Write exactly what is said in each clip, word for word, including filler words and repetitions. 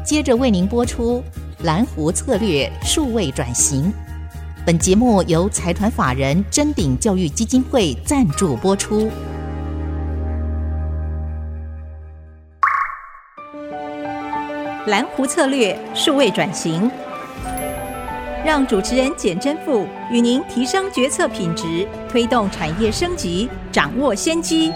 接着为您播出蓝湖策略数位转型。本节目由财团法人臻鼎教育基金会赞助播出。 蓝湖策略数位转型，让主持人简真富与您提升决策品质，推动产业升级，掌握先机。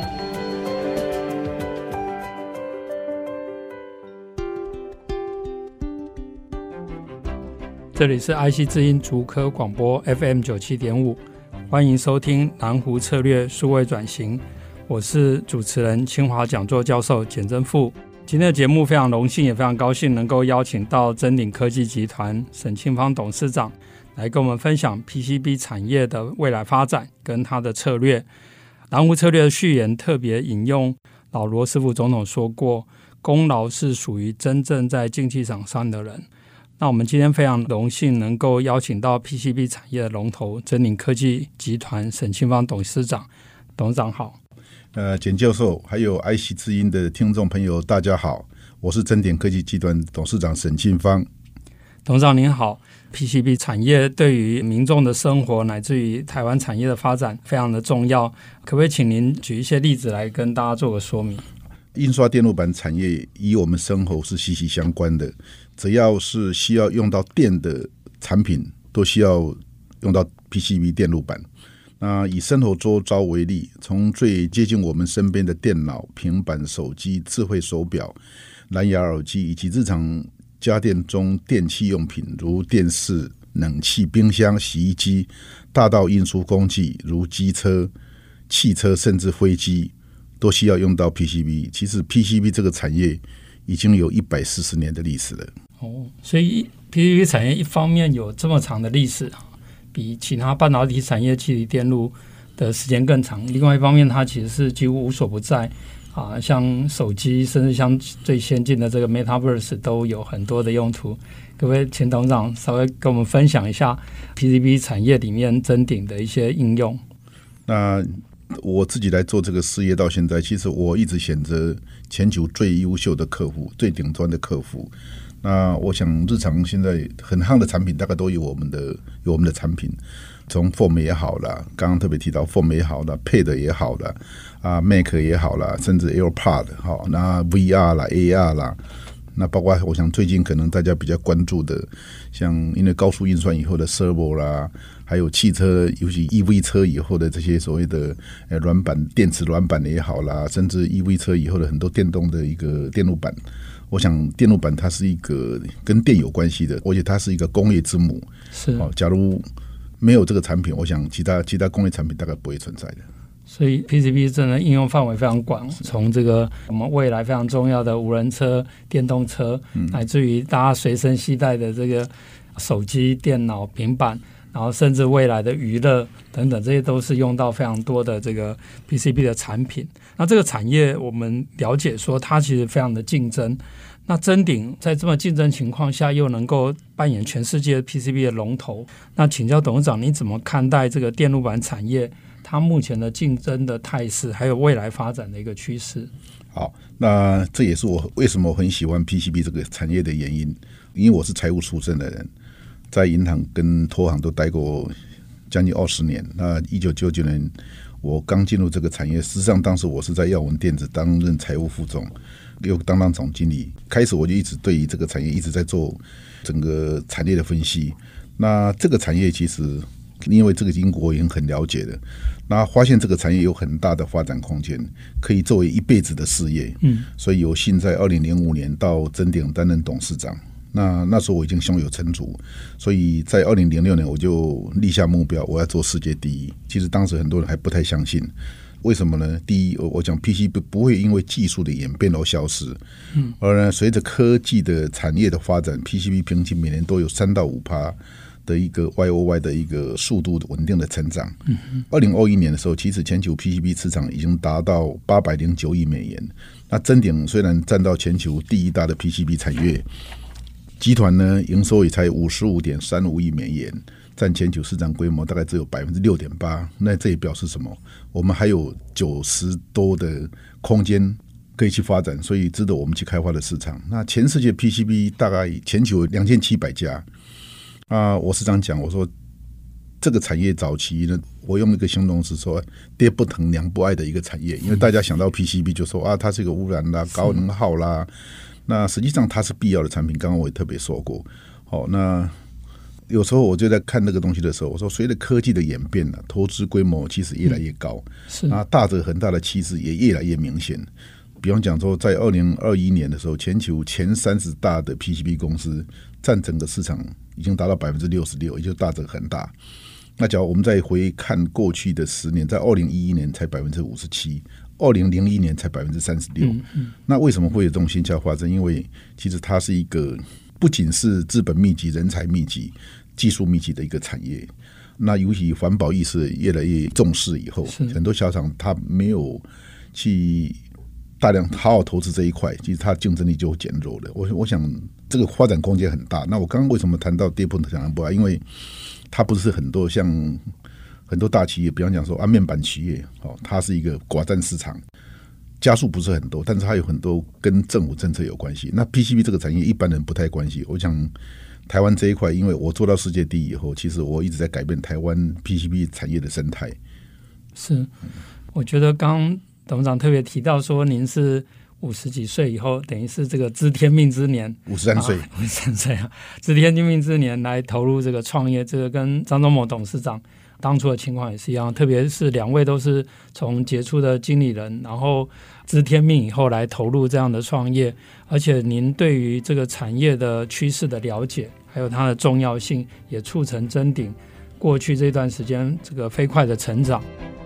这里是 I C 之音竹科广播 F M 九十七点五， 欢迎收听蓝湖策略数位转型，我是主持人清华讲座教授简真富。今天的节目非常荣幸也非常高兴能够邀请到臻鼎科技集团沈庆芳董事长来跟我们分享 P C B 产业的未来发展跟他的策略。蓝湖策略的序言特别引用老罗斯福总统说过，功劳是属于真正在竞技场上的人。那我们今天非常荣幸能够邀请到 P C B 产业的龙头臻鼎科技集团沈庆芳董事长。董事长好。 呃，简教授还有 I C 之音的听众朋友大家好，我是臻鼎科技集团董事长沈庆芳。 董事长您好。 P C B 产业对于民众的生活乃至于台湾产业的发展非常的重要，可不可以请您举一些例子来跟大家做个说明？ 印刷电路板产业与我们生活是息息相关的，只要是需要用到电的产品都需要用到 P C B 电路板。那以生活周遭为例，从最接近我们身边的电脑、平板、手机、智慧手表、蓝牙耳机以及日常家电中电器用品如电视、冷气、冰箱、洗衣机，大到运输工具如机车、汽车甚至飞机都需要用到 P C B。 其实 P C B 这个产业已经有一百四十年的历史了。 哦，所以 P C B 产业一方面有这么长的历史，比其他半导体产业、气体电路的时间更长，另外一方面它其实是几乎无所不在啊，像手机甚至像最先进的这个 Metaverse 都有很多的用途。各位请董事长稍微跟我们分享一下 P C B 产业里面臻鼎的一些应用。 那我自己来做这个事业到现在，其实我一直选择全球最优秀的客户、最顶端的客户。那我想日常现在很夯的产品大概都有我们的有我们的产品，从 Phone 也好啦，刚刚特别提到 Phone 也好啦， Pad 也好啦，啊 Mac 也好啦，甚至 AirPod 好，那 V R 啦 A R 啦，那包括我想最近可能大家比较关注的，像因为高速运算以后的 Servo 啦，还有汽车尤其 E V 车以后的这些所谓的软板电池软板也好啦，甚至 E V 车以后的很多电动的一个电路板。我想电路板它是一个跟电有关系的，而且它是一个工业之母。 是、哦、 假如没有这个产品，我想其他其他工业产品大概不会存在的。 所以 P C B 真的应用范围非常广，从这个我们未来非常重要的无人车、电动车，嗯、乃至于大家随身携带的这个手机、电脑、平板，然后甚至未来的娱乐等等，这些都是用到非常多的这个 P C B 的产品。那这个产业我们了解说它其实非常的竞争，那臻鼎在这么竞争情况下又能够扮演全世界 P C B 的龙头，那请教董事长你怎么看待这个电路板产业它目前的竞争的态势还有未来发展的一个趋势？ 好，那这也是我为什么我很喜欢 P C B 这个产业的原因，因为我是财务出身的人，在银行跟投行都待过将近二十年。那一九九九年我刚进入这个产业，实际上当时我是在耀文电子担任财务副总，又当当总经理。开始我就一直对于这个产业一直在做整个产业的分析。那这个产业其实因为这个英国已经很了解了，那发现这个产业有很大的发展空间，可以作为一辈子的事业。嗯，所以有幸在二零零五年到臻鼎担任董事长。那那时候我已经胸有成竹，所以在二零零六年我就立下目标，我要做世界第一。其实当时很多人还不太相信，为什么呢？第一，我讲 P C B 不会因为技术的演变而消失，嗯，而呢随着科技的产业的发展 ，P C B 平均每年都有三到五趴的一个 Y O Y 的一个速度稳定的成长。二零二一年的时候，其实全球 P C B 市场已经达到八百零九亿美元。那臻鼎虽然占到全球第一大的 P C B 产业集团呢，营收也才五十五点三五亿美元，占全球市场规模大概只有百分之六点八。那这也表示什么？我们还有九十多的空间可以去发展，所以值得我们去开发的市场。那全世界 P C B 大概全球有两千七百家啊，我时常讲，我说这个产业早期呢，我用一个形容词说爹不疼娘不爱的一个产业，因为大家想到 P C B 就说啊，它是一个污染啦、高能耗啦，那实际上它是必要的产品。刚刚我也特别说过，好，那有时候我就在看那个东西的时候，我说随着科技的演变呢，投资规模其实越来越高， 是啊，大者恒大的趋势也越来越明显。比方讲说，在二零二一年的时候，全球前三十大的 P C B 公司占整个市场已经达到百分之六十六，也就是大者恒大。那假如我们再回看过去的十年，在二零一一年才百分之五十七，二零零一年才百分之三十六。那为什么会有这种现象发生？因为其实它是一个不仅是资本密集、人才密集、技术密集的一个产业。那尤其环保意识越来越重视以后，很多小厂它没有去大量好好投资这一块，其实它竞争力就减弱了。我我想这个发展空间很大。那我刚刚为什么谈到跌破的不爱？因为它不是很多像很多大企业，比方讲说啊，面板企业，哦，它是一个寡占市场，加速不是很多，但是它有很多跟政府政策有关系。那 P C B 这个产业一般人不太关系。我想台湾这一块，因为我做到世界第一以后，其实我一直在改变台湾 P C B 产业的生态。 是，我觉得刚刚董事长特别提到说，您是五十几岁以后，等于是这个知天命之年， 五十三岁， 五十三岁啊，知天命之年来投入这个创业，这个跟张忠谋董事长当初的情况也是一样，特别是两位都是从杰出的经理人，然后知天命以后来投入这样的创业，而且您对于这个产业的趋势的了解，还有它的重要性，也促成臻鼎过去这段时间这个飞快的成长。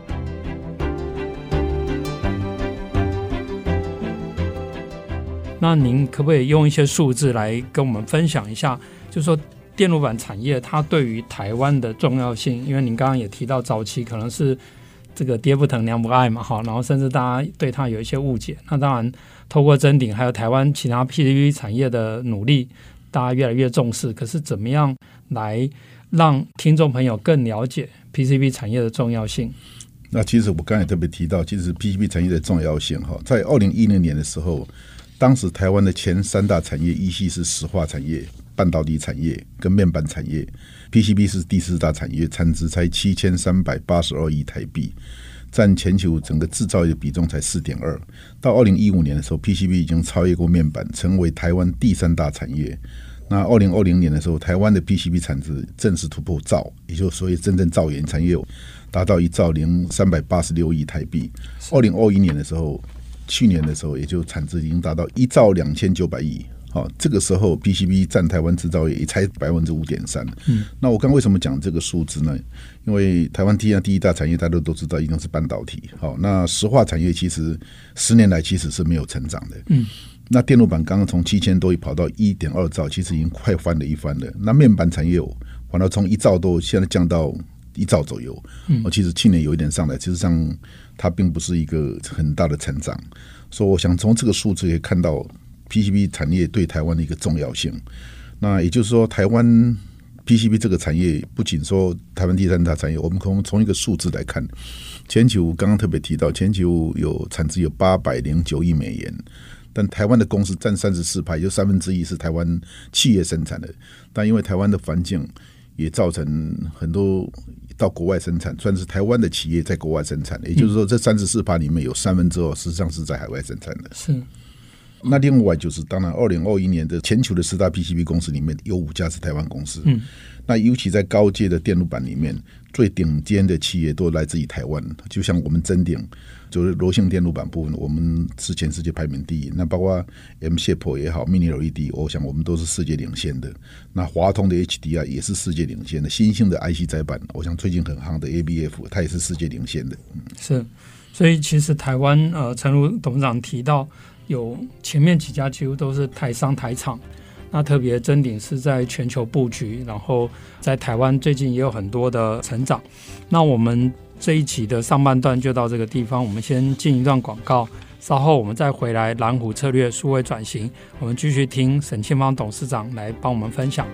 那您可不可以用一些数字来跟我们分享一下，就是说电路板产业它对于台湾的重要性？因为您刚刚也提到早期可能是这个爹不疼娘不爱嘛，然后甚至大家对它有一些误解。那当然透过臻鼎还有台湾其他 P C B 产业的努力，大家越来越重视。可是怎么样来让听众朋友更了解 P C B 产业的重要性？ 那其实我刚才特别提到，其实 P C B 产业的重要性，在二零一零年的时候，当时台湾的前三大产业依序是石化产业、半导体产业跟面板产业， P C B 是第四大产业，产值才七千三百八十二亿台币，占全球整个制造业的比重才 四点二。 到二零一五年的时候， P C B 已经超越过面板，成为台湾第三大产业。那二零二零年的时候，台湾的 P C B 产值正式突破兆，也就是所谓真正兆元产业达到一兆零三百八十六亿台币。二零二一年的时候，去年的时候，也就产值已经达到一兆两千九百亿。好，这个时候 P C B 占台湾制造业也才百分之五点三。那我刚为什么讲这个数字呢？因为台湾第一第一大产业大家都知道，一定是半导体。好，那石化产业其实十年来其实是没有成长的。嗯。那电路板刚刚从七千多亿跑到一点二兆，其实已经快翻了一番了。那面板产业反而从一兆多，现在降到一兆左右。嗯，其实去年有一点上来，其实上它并不是一个很大的成长。所以我想从这个数字可以看到 P C B 产业对台湾的一个重要性。那也就是说，台湾 P C B 这个产业不仅说台湾第三大产业，我们可能从一个数字来看，全球刚刚特别提到，全球有产值有八百零九亿美元。但台湾的公司占三十四趴，也就三分之一是台湾企业生产的。但因为台湾的环境也造成很多到国外生产，算是台湾的企业在国外生产的。也就是说，这三十四趴里面有三分之二实际上是在海外生产的。 是。 那另外就是，当然，二零二一年的全球的十大 P C B 公司里面有五家是台湾公司。嗯。那尤其在高阶的电路板里面，最顶尖的企业都来自于台湾。就像我们臻鼎，就是柔性电路板部分，我们是全世界排名第一。那包括 M 谢普也好 ，Mini L E D， 我想我们都是世界领先的。那华通的 H D R 也是世界领先的。新兴的 I C 载板，我想最近很夯的 A B F， 它也是世界领先的。嗯、 是，所以其实台湾呃，诚如董事长提到，有前面几家几乎都是台商台厂。那特别臻鼎是在全球布局，然后在台湾最近也有很多的成长。那我们这一期的上半段就到这个地方，我们先进一段广告，稍后我们再回来蓝湖策略数位转型，我们继续听沈庆芳董事长来帮我们分享。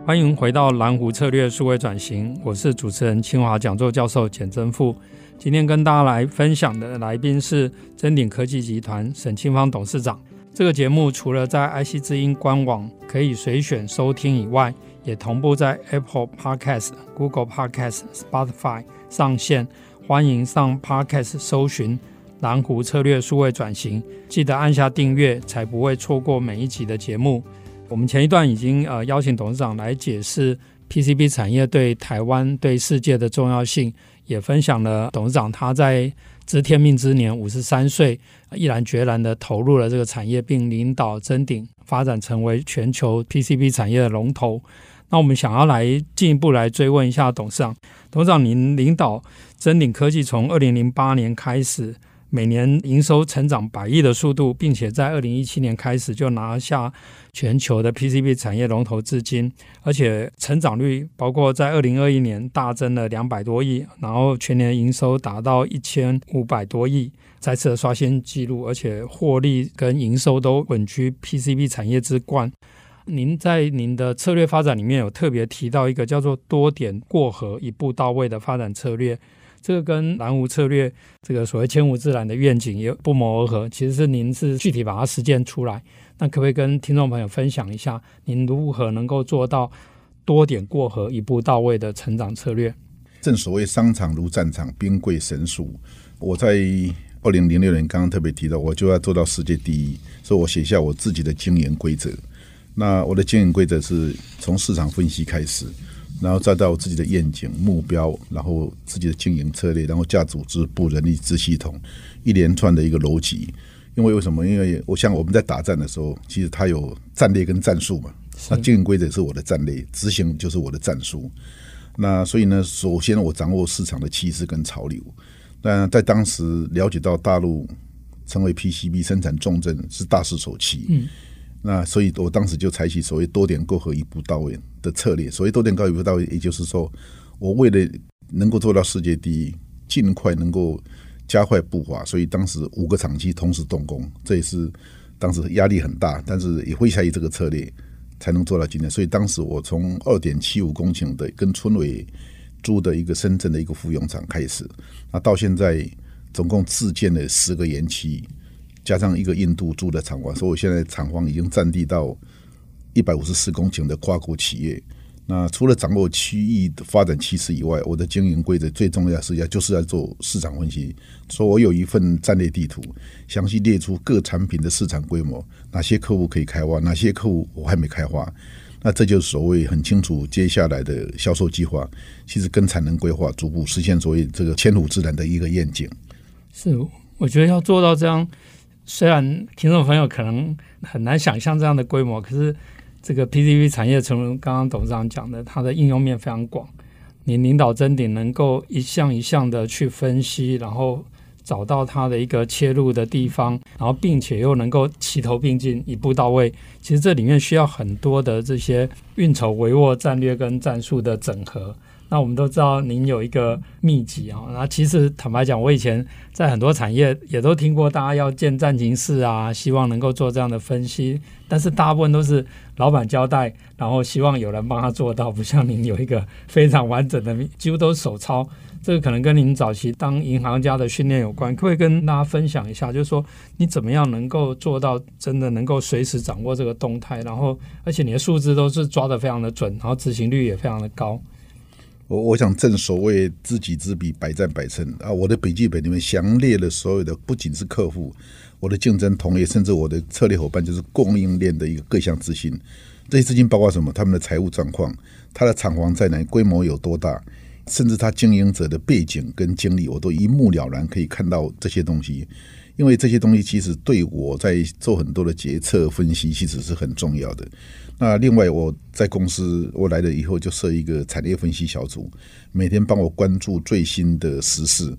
欢迎回到蓝湖策略数位转型，我是主持人清华讲座教授简真富。今天跟大家来分享的来宾是臻鼎科技集团沈庆芳董事长。这个节目除了在 I C 之音官网可以随选收听以外，也同步在 Apple Podcast、Google Podcast、Spotify 上线。欢迎上 Podcast 搜寻蓝湖策略数位转型，记得按下订阅，才不会错过每一集的节目。我们前一段已经、呃、邀请董事长来解释 P C B 产业对台湾、对世界的重要性，也分享了董事长他在知天命之年五十三岁毅然决然地投入了这个产业，并领导臻鼎发展成为全球 P C B 产业的龙头。那我们想要来进一步来追问一下董事长，董事长您领导臻鼎科技从二零零八年开始，每年营收成长百亿的速度，并且在二零一七年开始就拿下全球的 P C B 产业龙头至今，而且成长率包括在二零二一年大增了两百多亿，然后全年营收达到一千五百多亿，再次的刷新纪录，而且获利跟营收都稳居 P C B 产业之冠。您在您的策略发展里面有特别提到一个叫做多点过河一步到位的发展策略，这个跟蓝湖策略这个所谓千湖自然的愿景也不谋而合，其实是您是具体把它实践出来。那可不可以跟听众朋友分享一下您如何能够做到多点过河一步到位的成长策略？ 正所谓商场如战场，兵贵神速。我在二零零六年刚刚特别提到，我就要做到世界第一，所以我写下我自己的经营规则。那我的经营规则是从市场分析开始，然后再到自己的愿景目标，然后自己的经营策略，然后架组织部人力资系统，一连串的一个逻辑。因为为什么？因为我想我们在打战的时候，其实它有战略跟战术嘛。那经营规则是我的战略，执行就是我的战术。那所以呢，首先我掌握市场的趋势跟潮流。那在当时了解到大陆成为 P C B 生产重镇是大势所趋。嗯。那所以我当时就采取所谓多点过河一步到位的策略。所谓多点过河一步到位，也就是说我为了能够做到世界第一，尽快能够加快步伐，所以当时五个厂区同时动工，这也是当时压力很大，但是也会下以这个策略才能做到今天。所以当时我从 二点七五公顷的跟春伟租的一个深圳的一个复用厂开始，那到现在总共自建了十个园区，加上一个印度租的厂房，所以我现在厂房已经占地到一百五十四公顷的跨国企业。那除了掌握区域的发展趋势以外，我的经营规则最重要的是要就是要做市场分析。所以我有一份战略地图，详细列出各产品的市场规模，哪些客户可以开发，哪些客户我还没开发。那这就是所谓很清楚接下来的销售计划，其实跟产能规划逐步实现所谓这个千湖之南的一个愿景。 是，我觉得要做到这样，虽然听众朋友可能很难想象这样的规模，可是这个 P C B 产业正如刚刚董事长讲的，它的应用面非常广。你领导臻鼎能够一项一项的去分析，然后找到它的一个切入的地方，然后并且又能够齐头并进一步到位，其实这里面需要很多的这些运筹帷幄战略跟战术的整合。那我们都知道您有一个秘籍啊，那其实坦白讲，我以前在很多产业也都听过大家要建战情室啊，希望能够做这样的分析，但是大部分都是老板交代，然后希望有人帮他做到，不像您有一个非常完整的，几乎都是手抄。这个可能跟您早期当银行家的训练有关，可不可以跟大家分享一下，就是说你怎么样能够做到真的能够随时掌握这个动态，然后而且你的数字都是抓得非常的准，然后执行率也非常的高。 我我想正所谓知己知彼，百战百胜啊！我的笔记本里面详列了所有的，不仅是客户，我的竞争同业，甚至我的策略伙伴，就是供应链的一个各项资讯。这些资讯包括什么？他们的财务状况，他的厂房在哪，规模有多大，甚至他经营者的背景跟经历，我都一目了然可以看到这些东西。因为这些东西其实对我在做很多的决策分析其实是很重要的。那另外我在公司我来了以后就设一个产业分析小组，每天帮我关注最新的时事，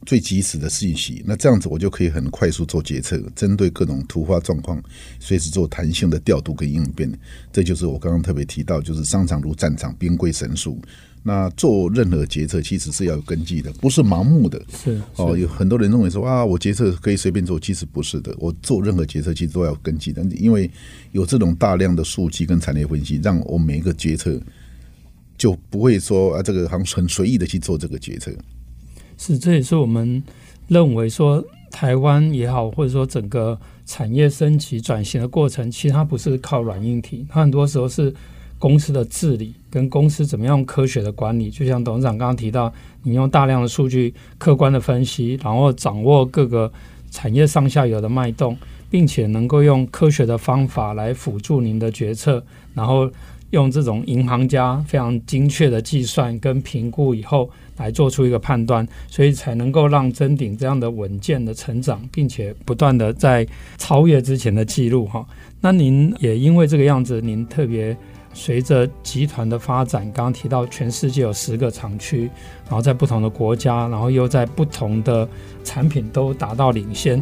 最及时的信息，那这样子我就可以很快速做决策，针对各种突发状况随时做弹性的调度跟应变。这就是我刚刚特别提到，就是商场如战场，兵贵神速。那做任何决策其实是要有根据的，不是盲目的。 是哦，有很多人认为说啊，我决策可以随便做，其实不是的。我做任何决策其实都要有根据的，因为有这种大量的数据跟产业分析，让我每一个决策就不会说啊，这个好像很随意的去做这个决策。 是，这也是我们认为说台湾也好，或者说整个产业升级转型的过程，其实它不是靠软硬体，它很多时候是公司的治理跟公司怎么样科学的管理。就像董事长刚刚提到，你用大量的数据客观的分析，然后掌握各个产业上下游的脉动，并且能够用科学的方法来辅助您的决策，然后用这种银行家非常精确的计算跟评估以后来做出一个判断，所以才能够让臻鼎这样的稳健的成长，并且不断的在超越之前的记录。那您也因为这个样子，您特别随着集团的发展，刚刚提到全世界有十个厂区，然后在不同的国家，然后又在不同的产品都达到领先。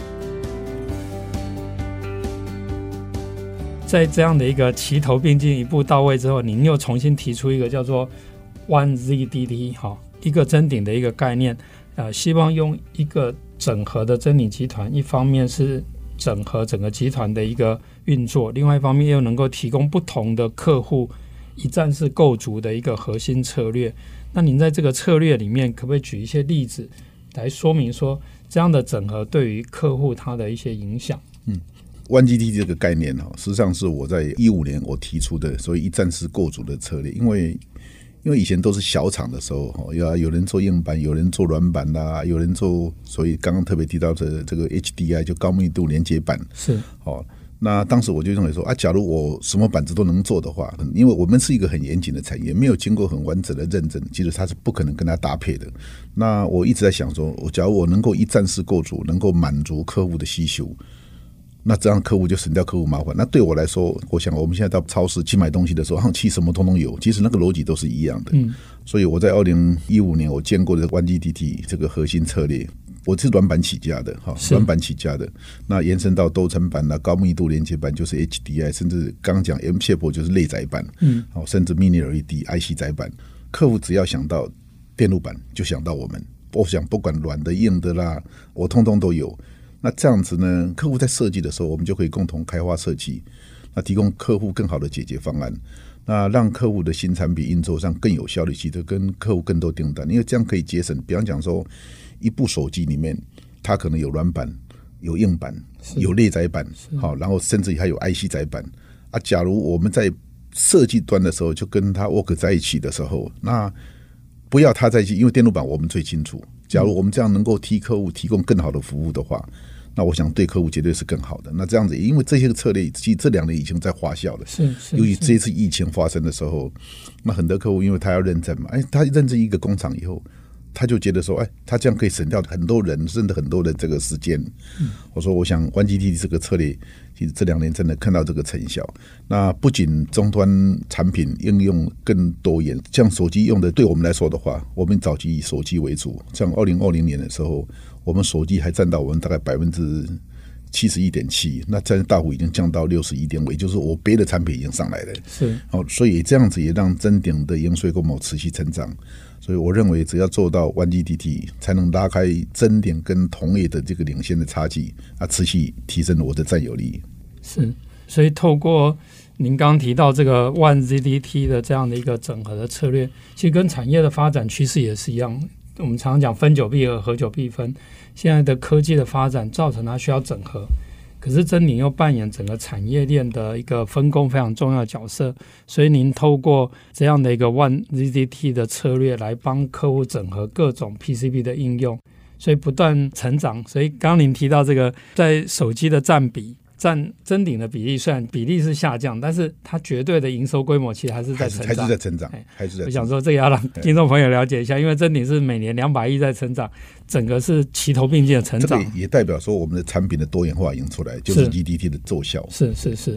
在这样的一个齐头并进一步到位之后，您又重新提出一个叫做 One Z D T 一个臻鼎的一个概念，呃，希望用一个整合的臻鼎集团，一方面是整合整个集团的一个运作，另外一方面又能够提供不同的客户一站式构筑的一个核心策略。那您在这个策略里面可不可以举一些例子来说明说这样的整合对于客户他的一些影响？ 嗯One G T 这个概念实际上是我在一五年我提出的，所以一站式构筑的策略。因为因为以前都是小厂的时候，有人做硬板，有人做软板啦，有人做，所以刚刚特别提到的这个 H D I 就高密度连接板是哦。那当时我就认为说啊，假如我什么板子都能做的话，因为我们是一个很严谨的产业，没有经过很完整的认证，其实它是不可能跟它搭配的。那我一直在想说，假如我能够一站式构筑，能够满足客户的需求，那这样客户就省掉客户麻烦。那对我来说，我想我们现在到超市去买东西的时候，其实什么通通有，其实那个逻辑都是一样的。嗯，所以我在二零一五年我见过的 One G D T 这个核心策略，我是软板起家的，软板起家的，那延伸到多层板啦、高密度连接板就是 H D I， 甚至刚刚讲 M shape 就是类载板，嗯，甚至 Mini L E D、I C 载板，客户只要想到电路板就想到我们。我想不管软的、硬的啦，我通通都有。那这样子呢，客户在设计的时候，我们就可以共同开发设计，那提供客户更好的解决方案，那让客户的新产品运作上更有效率，其实跟客户更多订单，因为这样可以节省。比方讲说，一部手机里面，它可能有软板、有硬板、有类载板，好，然后甚至还有 I C 载板啊。假如我们在设计端的时候就跟它 work 在一起的时候，那不要它在一起，因为电路板我们最清楚。假如我们这样能够替客户提供更好的服务的话，那我想对客户绝对是更好的。那这样子，因为这些策略其实这两年已经在发酵了， 是是， 尤其这次疫情发生的时候，那很多客户因为他要认证嘛，哎，他认证一个工厂以后，他就觉得说，哎，他这样可以省掉很多人，甚至很多的这个时间。嗯、我说，我想 One G T 这个策略，其实这两年真的看到这个成效。那不仅终端产品应用更多元，像手机用的，对我们来说的话，我们早期以手机为主。像二零二零年的时候，我们手机还占到我们大概百分之七十一点七，那在大幅已经降到六十一点五，也就是我别的产品已经上来了。 是， 哦，所以这样子也让臻鼎的营税规模持续成长。所以我认为，只要做到 One G D T， 才能拉开臻鼎跟同业的这个领先的差距，啊，持续提升我的占有率。 是，所以透过您刚刚提到这个 One G D T 的这样的一个整合的策略，其实跟产业的发展趋势也是一样。我们常常讲分久必合，合久必分。现在的科技的发展造成它需要整合，可是臻鼎又扮演整个产业链的一个分工非常重要的角色，所以您透过这样的一个 One Z D T 的策略来帮客户整合各种 P C B 的应用，所以不断成长。所以刚刚您提到这个在手机的占比，占臻鼎的比例，虽然比例是下降，但是它绝对的营收规模其实还是在成长， 还是在成长，还是在成长。 我想说这个要让听众朋友了解一下，因为臻鼎是每年两百亿在成长，整个是齐头并进的成长。 这个也代表说我们的产品的多元化已经出来，就是 G D T 的奏效。 是是是，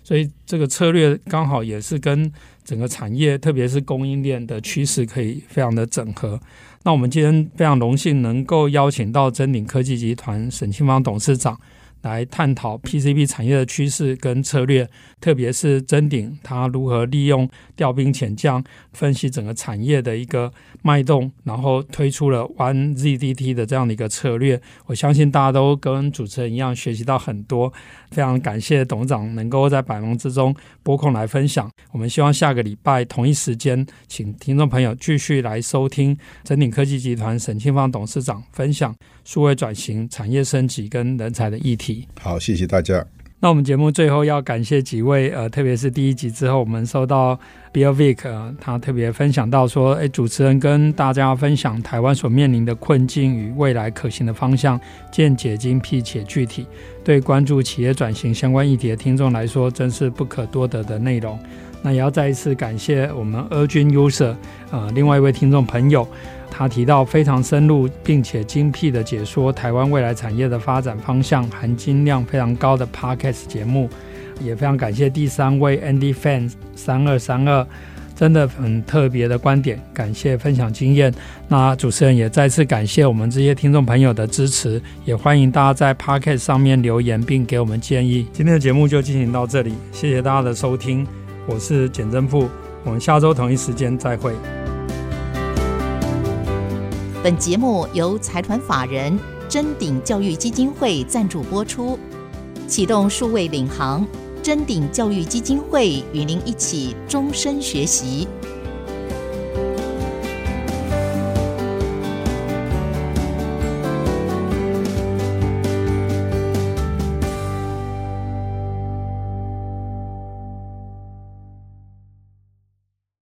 所以这个策略刚好也是跟整个产业特别是供应链的趋势可以非常的整合。那我们今天非常荣幸能够邀请到臻鼎科技集团沈庆芳董事长来探讨 P C B 产业的趋势跟策略，特别是臻鼎它如何利用调兵遣将，分析整个产业的一个脉动，然后推出了 One Z D T 的这样的一个策略。我相信大家都跟主持人一样学习到很多，非常感谢董事长能够在百忙之中拨空来分享。我们希望下个礼拜同一时间请听众朋友继续来收听臻鼎科技集团沈庆芳董事长分享数位转型、产业升级跟人才的议题。 好，谢谢大家。 那我们节目最后要感谢几位，呃，特别是第一集之后，我们收到 Bill Vick、呃、他特别分享到说，诶，主持人跟大家分享台湾所面临的困境与未来可行的方向，见解精辟且具体，对关注企业转型相关议题的听众来说，真是不可多得的内容。那也要再一次感谢我们 Urgent User、呃、另外一位听众朋友，他提到非常深入并且精辟的解说台湾未来产业的发展方向，含金量非常高的 Podcast 节目。也非常感谢第三位 Andy Fan 三二三二，真的很特别的观点，感谢分享经验。那主持人也再次感谢我们这些听众朋友的支持，也欢迎大家在 Podcast 上面留言并给我们建议。今天的节目就进行到这里，谢谢大家的收听，我是简正富，我们下周同一时间再会。 本节目由财团法人臻鼎教育基金会赞助播出，启动数位领航，臻鼎教育基金会与您一起终身学习。